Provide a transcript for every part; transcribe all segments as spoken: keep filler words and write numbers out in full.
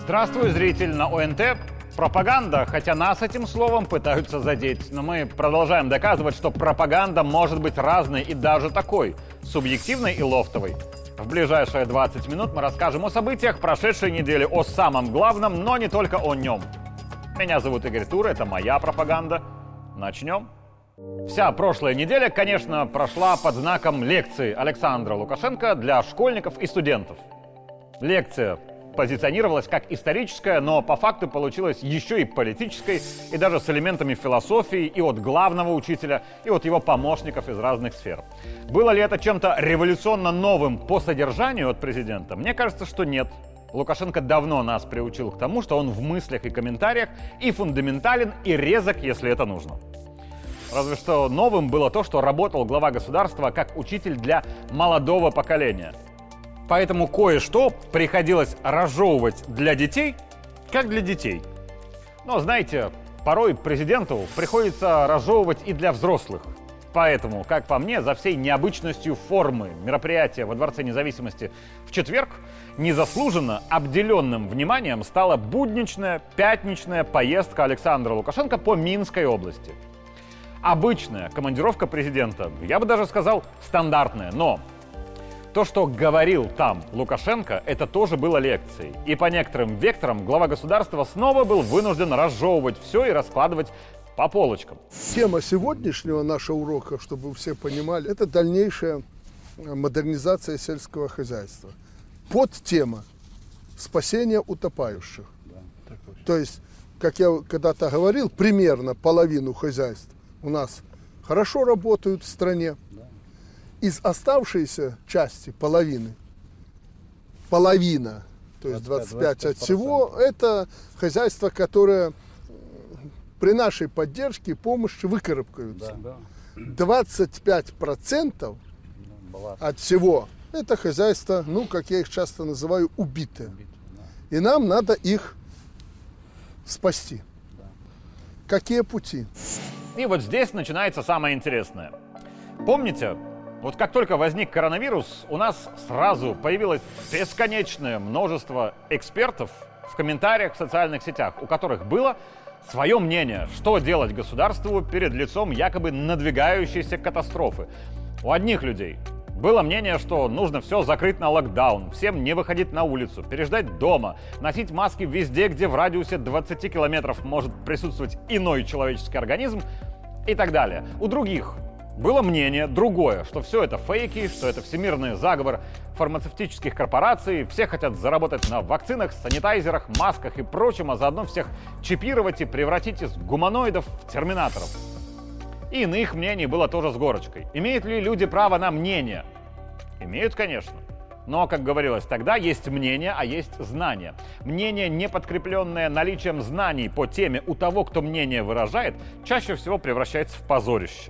Здравствуй, зритель на ОНТ. Пропаганда, хотя нас этим словом пытаются задеть. Но мы продолжаем доказывать, что пропаганда может быть разной и даже такой, субъективной и лофтовой. В ближайшие двадцать минут мы расскажем о событиях прошедшей недели, о самом главном, но не только о нем. Меня зовут Игорь Тур, это моя пропаганда. Начнем. Вся прошлая неделя, конечно, прошла под знаком лекции Александра Лукашенко для школьников и студентов. Лекция позиционировалась как историческая, но по факту получилась еще и политической, и даже с элементами философии и от главного учителя, и от его помощников из разных сфер. Было ли это чем-то революционно новым по содержанию от президента? Мне кажется, что нет. Лукашенко давно нас приучил к тому, что он в мыслях и комментариях и фундаментален, и резок, если это нужно. Разве что новым было то, что работал глава государства как учитель для молодого поколения. Поэтому кое-что приходилось разжевывать для детей, как для детей. Но, знаете, порой президенту приходится разжевывать и для взрослых. Поэтому, как по мне, за всей необычностью формы мероприятия во Дворце Независимости в четверг незаслуженно обделенным вниманием стала будничная пятничная поездка Александра Лукашенко по Минской области. Обычная командировка президента, я бы даже сказал, стандартная, но то, что говорил там Лукашенко, это тоже было лекцией. И по некоторым векторам глава государства снова был вынужден разжевывать все и раскладывать по полочкам. Тема сегодняшнего нашего урока, чтобы вы все понимали, это дальнейшая модернизация сельского хозяйства. Подтема спасение утопающих. Да, то есть, как я когда-то говорил, примерно половину хозяйств у нас хорошо работают в стране. Из оставшейся части половины, половина, то есть двадцать пять от всего, это хозяйства, которые при нашей поддержке и помощи выкарабкаются. Да. двадцать пять процентов от всего это хозяйства, ну, как я их часто называю, убитые. И нам надо их спасти. Да. Какие пути? И вот здесь начинается самое интересное. Помните? Вот как только возник коронавирус, у нас сразу появилось бесконечное множество экспертов в комментариях в социальных сетях, у которых было свое мнение, что делать государству перед лицом якобы надвигающейся катастрофы. У одних людей было мнение, что нужно все закрыть на локдаун, всем не выходить на улицу, переждать дома, носить маски везде, где в радиусе двадцати километров может присутствовать иной человеческий организм и так далее. У других было мнение другое, что все это фейки, что это всемирный заговор фармацевтических корпораций, все хотят заработать на вакцинах, санитайзерах, масках и прочем, а заодно всех чипировать и превратить из гуманоидов в терминаторов. И иных мнений было тоже с горочкой. Имеют ли люди право на мнение? Имеют, конечно. Но, как говорилось тогда, есть мнение, а есть знание. Мнение, не подкрепленное наличием знаний по теме у того, кто мнение выражает, чаще всего превращается в позорище.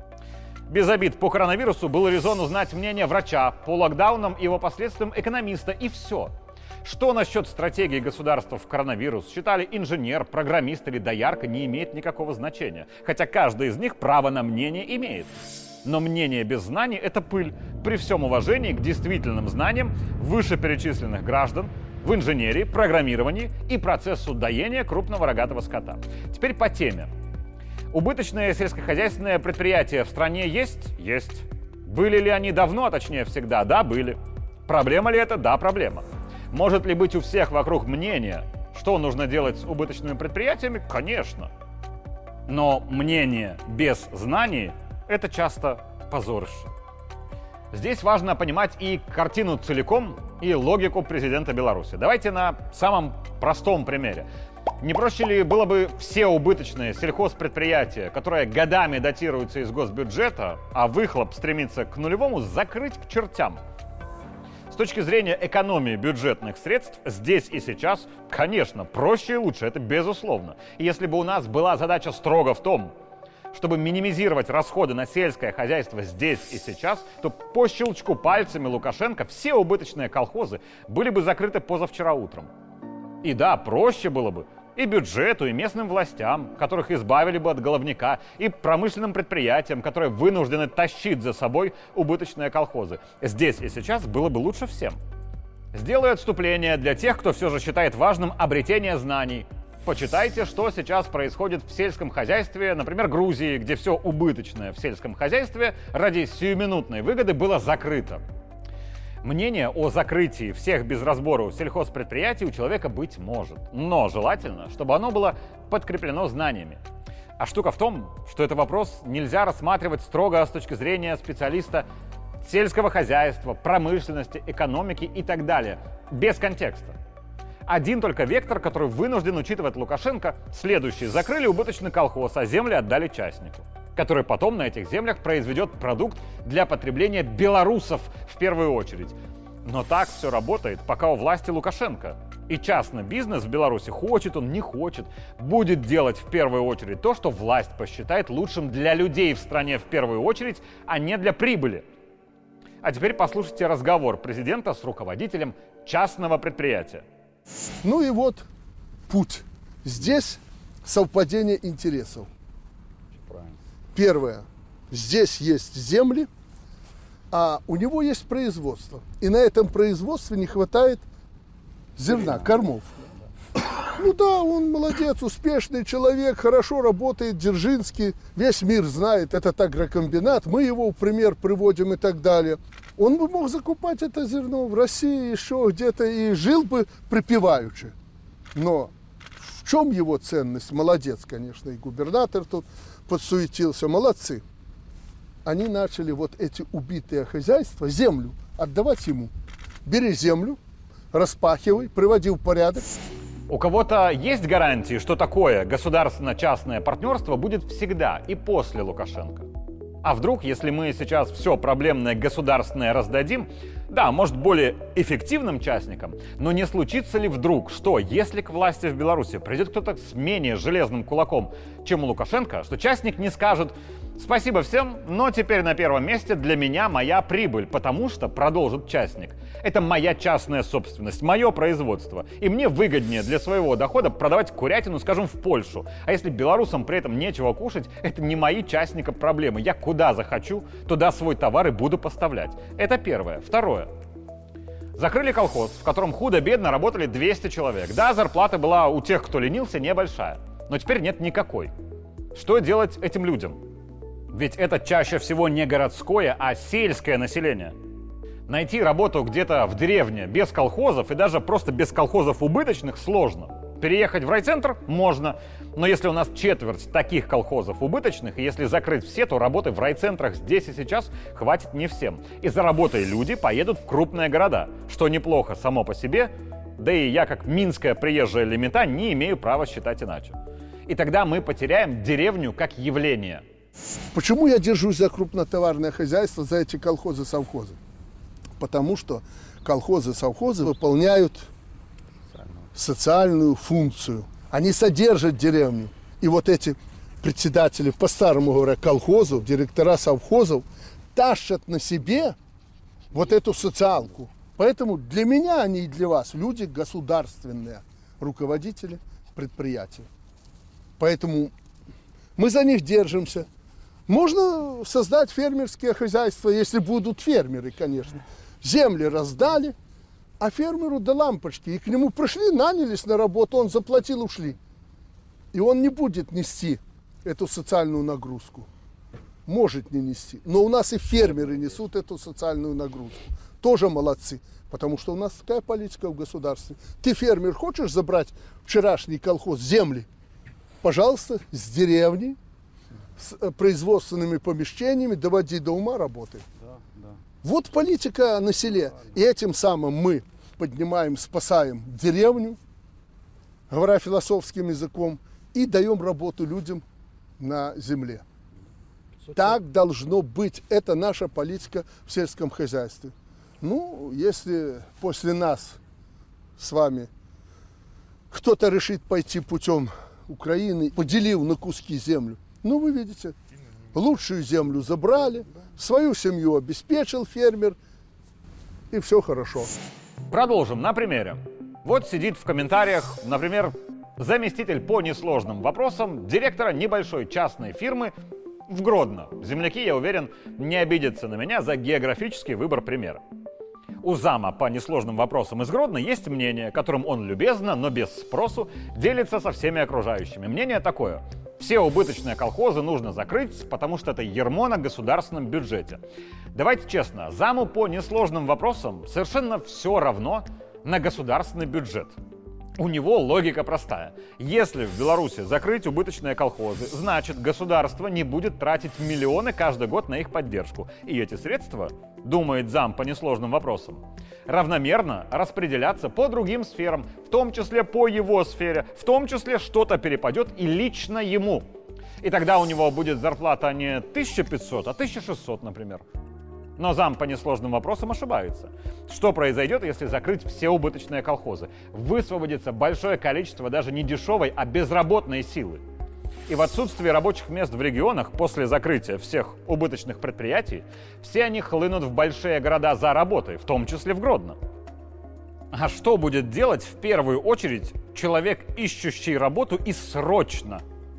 Без обид, по коронавирусу был резон узнать мнение врача, по локдаунам и его последствиям экономиста, и все. Что насчет стратегии государства в коронавирус, считали инженер, программист или доярка, не имеет никакого значения. Хотя каждый из них право на мнение имеет. Но мнение без знаний – это пыль, при всем уважении к действительным знаниям вышеперечисленных граждан в инженерии, программировании и процессу доения крупного рогатого скота. Теперь по теме. Убыточные сельскохозяйственные предприятия в стране есть? Есть. Были ли они давно, а точнее всегда? Да, были. Проблема ли это? Да, проблема. Может ли быть у всех вокруг мнение, что нужно делать с убыточными предприятиями? Конечно. Но мнение без знаний – это часто позорище. Здесь важно понимать и картину целиком, и логику президента Беларуси. Давайте на самом простом примере. Не проще ли было бы все убыточные сельхозпредприятия, которые годами датируются из госбюджета, а выхлоп стремится к нулевому, закрыть к чертям? С точки зрения экономии бюджетных средств, здесь и сейчас, конечно, проще и лучше, это безусловно. И если бы у нас была задача строго в том, чтобы минимизировать расходы на сельское хозяйство здесь и сейчас, то по щелчку пальцами Лукашенко все убыточные колхозы были бы закрыты позавчера утром. И да, проще было бы и бюджету, и местным властям, которых избавили бы от головняка, и промышленным предприятиям, которые вынуждены тащить за собой убыточные колхозы. Здесь и сейчас было бы лучше всем. Сделаю отступление для тех, кто все же считает важным обретение знаний. Почитайте, что сейчас происходит в сельском хозяйстве, например, Грузии, где все убыточное в сельском хозяйстве ради сиюминутной выгоды было закрыто. Мнение о закрытии всех без разбору сельхозпредприятий у человека быть может, но желательно, чтобы оно было подкреплено знаниями. А штука в том, что этот вопрос нельзя рассматривать строго с точки зрения специалиста сельского хозяйства, промышленности, экономики и так далее, без контекста. Один только вектор, который вынужден учитывать Лукашенко, следующий. Закрыли убыточный колхоз, а земли отдали частнику, который потом на этих землях произведет продукт для потребления белорусов в первую очередь. Но так все работает, пока у власти Лукашенко. И частный бизнес в Беларуси, хочет он, не хочет, будет делать в первую очередь то, что власть посчитает лучшим для людей в стране в первую очередь, а не для прибыли. А теперь послушайте разговор президента с руководителем частного предприятия. Ну и вот путь. Здесь совпадение интересов. Первое. Здесь есть земли, а у него есть производство. И на этом производстве не хватает зерна, кормов. Ну да, он молодец, успешный человек, хорошо работает, Дзержинский, весь мир знает этот агрокомбинат, мы его в пример приводим и так далее. Он бы мог закупать это зерно в России еще где-то и жил бы припеваючи. Но в чем его ценность? Молодец, конечно, и губернатор тут подсуетился, молодцы. Они начали вот эти убитые хозяйства, землю, отдавать ему. Бери землю, распахивай, приводи в порядок. У кого-то есть гарантии, что такое государственно-частное партнерство будет всегда и после Лукашенко? А вдруг, если мы сейчас все проблемное государственное раздадим, да, может, более эффективным частникам, но не случится ли вдруг, что если к власти в Беларуси придет кто-то с менее железным кулаком, чем у Лукашенко, что частник не скажет: «Спасибо всем, но теперь на первом месте для меня моя прибыль, потому что, продолжит частник, это моя частная собственность, мое производство, и мне выгоднее для своего дохода продавать курятину, скажем, в Польшу. А если белорусам при этом нечего кушать, это не мои частника проблемы. Я куда захочу, туда свой товар и буду поставлять». Это первое. Второе. Закрыли колхоз, в котором худо-бедно работали двести человек. Да, зарплата была у тех, кто ленился, небольшая, но теперь нет никакой. Что делать этим людям? Ведь это чаще всего не городское, а сельское население. Найти работу где-то в деревне без колхозов и даже просто без колхозов убыточных сложно. Переехать в райцентр можно, но если у нас четверть таких колхозов убыточных, и если закрыть все, то работы в райцентрах здесь и сейчас хватит не всем. И за работой люди поедут в крупные города, что неплохо само по себе, да и я, как минская приезжая лемета, не имею права считать иначе. И тогда мы потеряем деревню как явление. Почему я держусь за крупнотоварное хозяйство, за эти колхозы-совхозы? Потому что колхозы-совхозы выполняют социальную функцию. Они содержат деревню. И вот эти председатели, по-старому говоря, колхозов, директора совхозов, тащат на себе вот эту социалку. Поэтому для меня они и для вас люди государственные, руководители предприятий. Поэтому мы за них держимся. Можно создать фермерские хозяйства, если будут фермеры, конечно. Земли раздали, а фермеру до лампочки. И к нему пришли, нанялись на работу, он заплатил, ушли. И он не будет нести эту социальную нагрузку. Может не нести. Но у нас и фермеры несут эту социальную нагрузку. Тоже молодцы. Потому что у нас такая политика в государстве. Ты, фермер, хочешь забрать вчерашний колхоз земли? Пожалуйста, с деревни, с производственными помещениями, доводи до ума, работай. Да, да. Вот политика на селе. И этим самым мы поднимаем, спасаем деревню, говоря философским языком, и даем работу людям на земле. Так должно быть. Это наша политика в сельском хозяйстве. Ну, если после нас с вами кто-то решит пойти путем Украины, поделил на куски землю, ну, вы видите, лучшую землю забрали, свою семью обеспечил фермер, и все хорошо. Продолжим на примере. Вот сидит в комментариях, например, заместитель по несложным вопросам директора небольшой частной фирмы в Гродно. Земляки, я уверен, не обидятся на меня за географический выбор примера. У зама по несложным вопросам из Гродно есть мнение, которым он любезно, но без спросу, делится со всеми окружающими. Мнение такое: все убыточные колхозы нужно закрыть, потому что это ярмо на государственном бюджете. Давайте честно, заму по несложным вопросам совершенно все равно на государственный бюджет. У него логика простая. Если в Беларуси закрыть убыточные колхозы, значит, государство не будет тратить миллионы каждый год на их поддержку. И эти средства, думает зам по несложным вопросам, равномерно распределяться по другим сферам, в том числе по его сфере, в том числе что-то перепадет и лично ему. И тогда у него будет зарплата не тысяча пятьсот, а тысяча шестьсот, например. Но зам по несложным вопросам ошибается. Что произойдет, если закрыть все убыточные колхозы? Высвободится большое количество даже не дешевой, а безработной силы. И в отсутствии рабочих мест в регионах после закрытия всех убыточных предприятий все они хлынут в большие города за работой, в том числе в Гродно. А что будет делать в первую очередь человек, ищущий работу и срочно?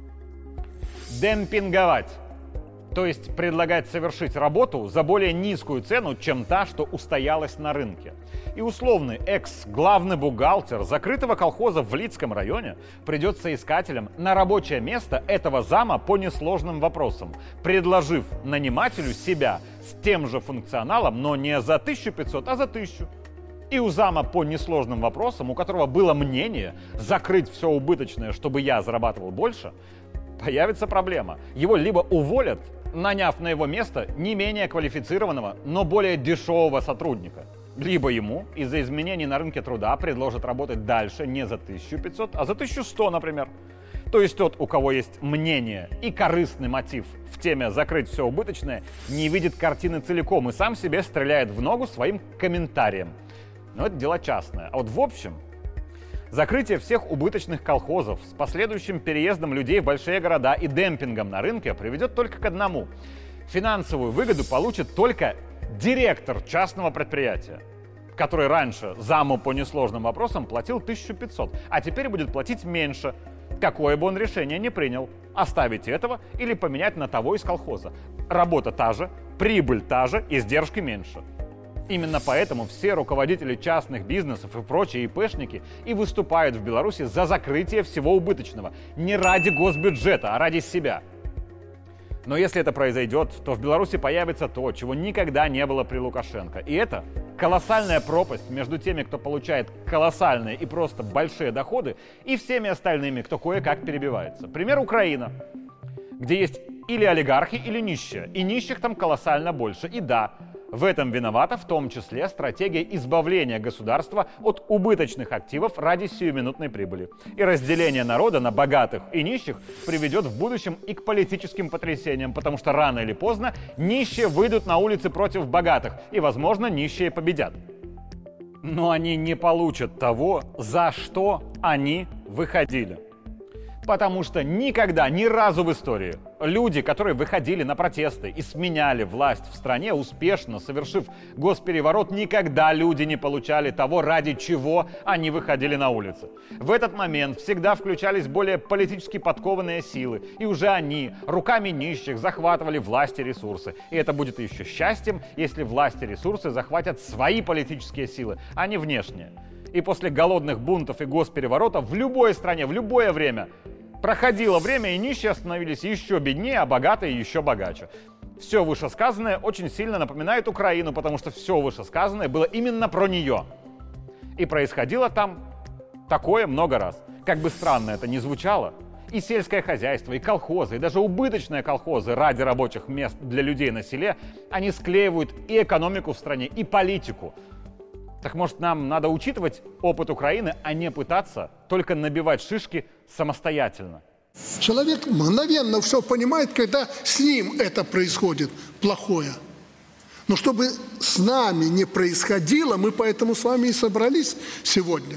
Демпинговать. То есть предлагать совершить работу за более низкую цену, чем та, что устоялась на рынке. И условный экс-главный бухгалтер закрытого колхоза в Лидском районе придет соискателем на рабочее место этого зама по несложным вопросам, предложив нанимателю себя с тем же функционалом, но не за тысячу пятьсот, а за тысячу. И у зама по несложным вопросам, у которого было мнение закрыть все убыточное, чтобы я зарабатывал больше, появится проблема. Его либо уволят, наняв на его место не менее квалифицированного, но более дешевого сотрудника, либо ему из-за изменений на рынке труда предложат работать дальше не за тысячу пятьсот, а за тысячу сто, например. То есть тот, у кого есть мнение и корыстный мотив в теме закрыть все убыточное, не видит картины целиком и сам себе стреляет в ногу своим комментарием. Но это дело частное. А вот в общем, закрытие всех убыточных колхозов с последующим переездом людей в большие города и демпингом на рынке приведет только к одному. Финансовую выгоду получит только директор частного предприятия, который раньше заму по несложным вопросам платил тысячу пятьсот, а теперь будет платить меньше, какое бы он решение ни принял. Оставить этого или поменять на того из колхоза. Работа та же, прибыль та же, издержки меньше. Именно поэтому все руководители частных бизнесов и прочие ИПшники и выступают в Беларуси за закрытие всего убыточного. Не ради госбюджета, а ради себя. Но если это произойдет, то в Беларуси появится то, чего никогда не было при Лукашенко. И это колоссальная пропасть между теми, кто получает колоссальные и просто большие доходы, и всеми остальными, кто кое-как перебивается. Пример Украина, где есть или олигархи, или нищие. И нищих там колоссально больше. И да, в этом виновата в том числе стратегия избавления государства от убыточных активов ради сиюминутной прибыли. И разделение народа на богатых и нищих приведет в будущем и к политическим потрясениям, потому что рано или поздно нищие выйдут на улицы против богатых, и, возможно, нищие победят. Но они не получат того, за что они выходили. Потому что никогда, ни разу в истории люди, которые выходили на протесты и сменяли власть в стране, успешно совершив госпереворот, никогда люди не получали того, ради чего они выходили на улицы. В этот момент всегда включались более политически подкованные силы, и уже они руками нищих захватывали власть и ресурсы. И это будет еще счастьем, если власть и ресурсы захватят свои политические силы, а не внешние. И после голодных бунтов и госпереворота в любой стране, в любое время проходило время, и нищие становились еще беднее, а богатые еще богаче. Все вышесказанное очень сильно напоминает Украину, потому что все вышесказанное было именно про нее. И происходило там такое много раз. Как бы странно это ни звучало, и сельское хозяйство, и колхозы, и даже убыточные колхозы ради рабочих мест для людей на селе, они склеивают и экономику в стране, и политику. Так может, нам надо учитывать опыт Украины, а не пытаться только набивать шишки самостоятельно? Человек мгновенно все понимает, когда с ним это происходит плохое. Но чтобы с нами не происходило, мы поэтому с вами и собрались сегодня.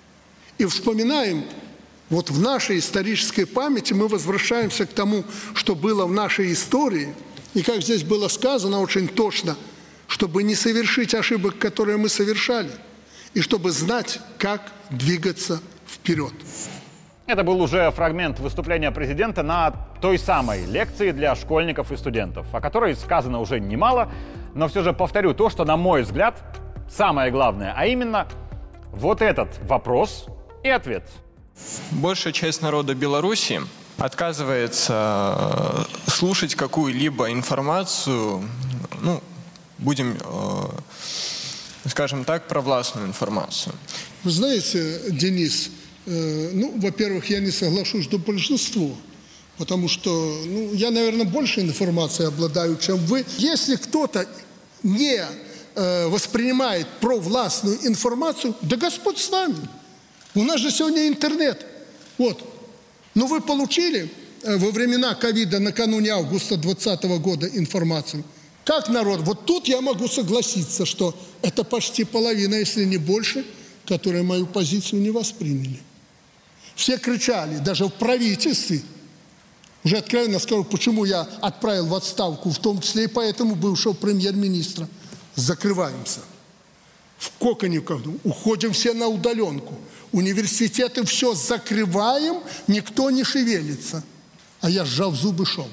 И вспоминаем, вот в нашей исторической памяти мы возвращаемся к тому, что было в нашей истории. И как здесь было сказано очень точно, чтобы не совершить ошибок, которые мы совершали, и чтобы знать, как двигаться вперед. Это был уже фрагмент выступления президента на той самой лекции для школьников и студентов, о которой сказано уже немало, но все же повторю то, что, на мой взгляд, самое главное, а именно вот этот вопрос и ответ. Большая часть народа Беларуси отказывается слушать какую-либо информацию, ну, будем, э, скажем так, провластную информацию. Вы знаете, Денис, э, ну, во-первых, я не соглашусь, что большинство, потому что, ну, я, наверное, больше информации обладаю, чем вы. Если кто-то не э, воспринимает провластную информацию, да Господь с вами. У нас же сегодня интернет. Вот. Но вы получили э, во времена ковида накануне августа двадцатого года информацию. Как народ? Вот тут я могу согласиться, что это почти половина, если не больше, которые мою позицию не восприняли. Все кричали, даже в правительстве. Уже откровенно скажу, почему я отправил в отставку, в том числе и поэтому бывшего премьер-министра. Закрываемся. В коконе, уходим все на удаленку. Университеты все закрываем, никто не шевелится. А я, сжав зубы, шел.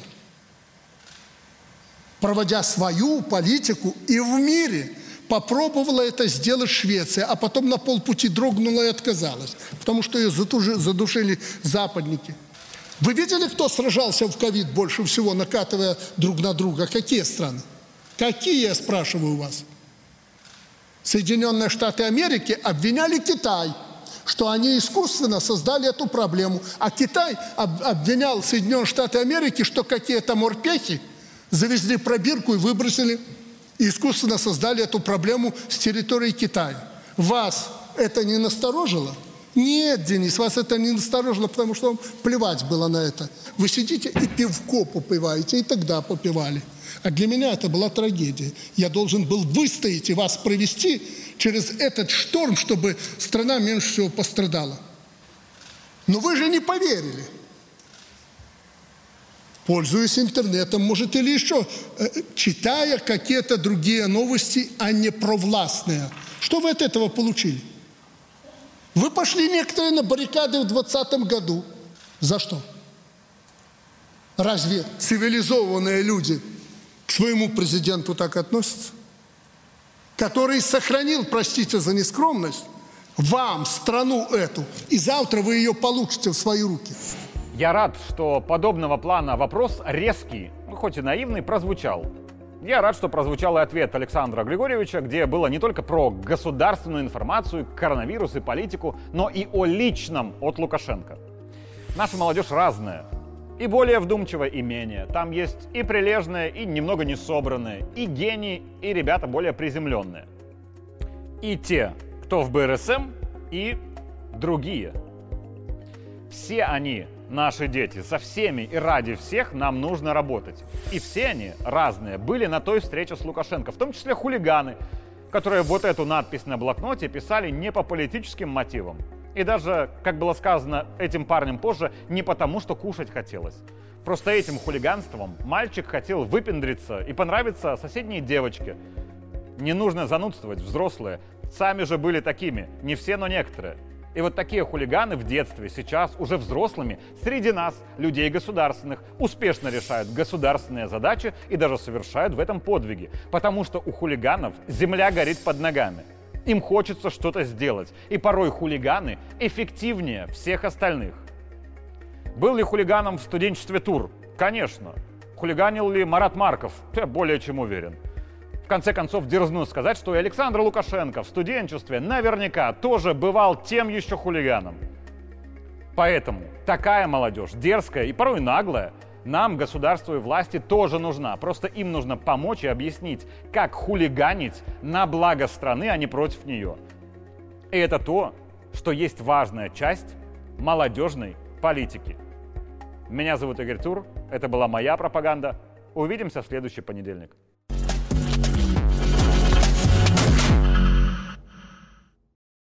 Проводя свою политику и в мире попробовала это сделать Швеция, а потом на полпути дрогнула и отказалась, потому что ее задушили западники. Вы видели, кто сражался в ковид больше всего, накатывая друг на друга? Какие страны? Какие, я спрашиваю вас? Соединенные Штаты Америки обвиняли Китай, что они искусственно создали эту проблему. А Китай обвинял Соединенные Штаты Америки, что какие-то морпехи завезли пробирку и выбросили, и искусственно создали эту проблему с территории Китая. Вас это не насторожило? Нет, Денис, вас это не насторожило, потому что вам плевать было на это. Вы сидите и пивко попиваете, и тогда попивали. А для меня это была трагедия. Я должен был выстоять и вас провести через этот шторм, чтобы страна меньше всего пострадала. Но вы же не поверили. Пользуясь интернетом, может, или еще, читая какие-то другие новости, а не провластные. Что вы от этого получили? Вы пошли некоторые на баррикады в двадцатом году. За что? Разве цивилизованные люди к своему президенту так относятся? Который сохранил, простите за нескромность, вам страну эту, и завтра вы ее получите в свои руки. Я рад, что подобного плана вопрос резкий, ну, хоть и наивный, прозвучал. Я рад, что прозвучал и ответ Александра Григорьевича, где было не только про государственную информацию, коронавирус и политику, но и о личном от Лукашенко. Наша молодежь разная. И более вдумчивая, и менее. Там есть и прилежные, и немного несобранные, и гении, и ребята более приземленные. И те, кто в бэ эр эс эм, и другие. Все они наши дети. Со всеми и ради всех нам нужно работать. И все они разные были на той встрече с Лукашенко, в том числе хулиганы, которые вот эту надпись на блокноте писали не по политическим мотивам. И даже, как было сказано этим парнем позже, не потому, что кушать хотелось. Просто этим хулиганством мальчик хотел выпендриться и понравиться соседней девочке. Не нужно занудствовать, взрослые. Сами же были такими, не все, но некоторые. И вот такие хулиганы в детстве, сейчас уже взрослыми, среди нас, людей государственных, успешно решают государственные задачи и даже совершают в этом подвиги. Потому что у хулиганов земля горит под ногами. Им хочется что-то сделать. И порой хулиганы эффективнее всех остальных. Был ли хулиганом в студенчестве Тур? Конечно. Хулиганил ли Марат Марков? Я более чем уверен. В конце концов, дерзну сказать, что и Александр Лукашенко в студенчестве наверняка тоже бывал тем еще хулиганом. Поэтому такая молодежь, дерзкая и порой наглая, нам, государству и власти, тоже нужна. Просто им нужно помочь и объяснить, как хулиганить на благо страны, а не против нее. И это то, что есть важная часть молодежной политики. Меня зовут Игорь Тур, это была моя пропаганда. Увидимся в следующий понедельник.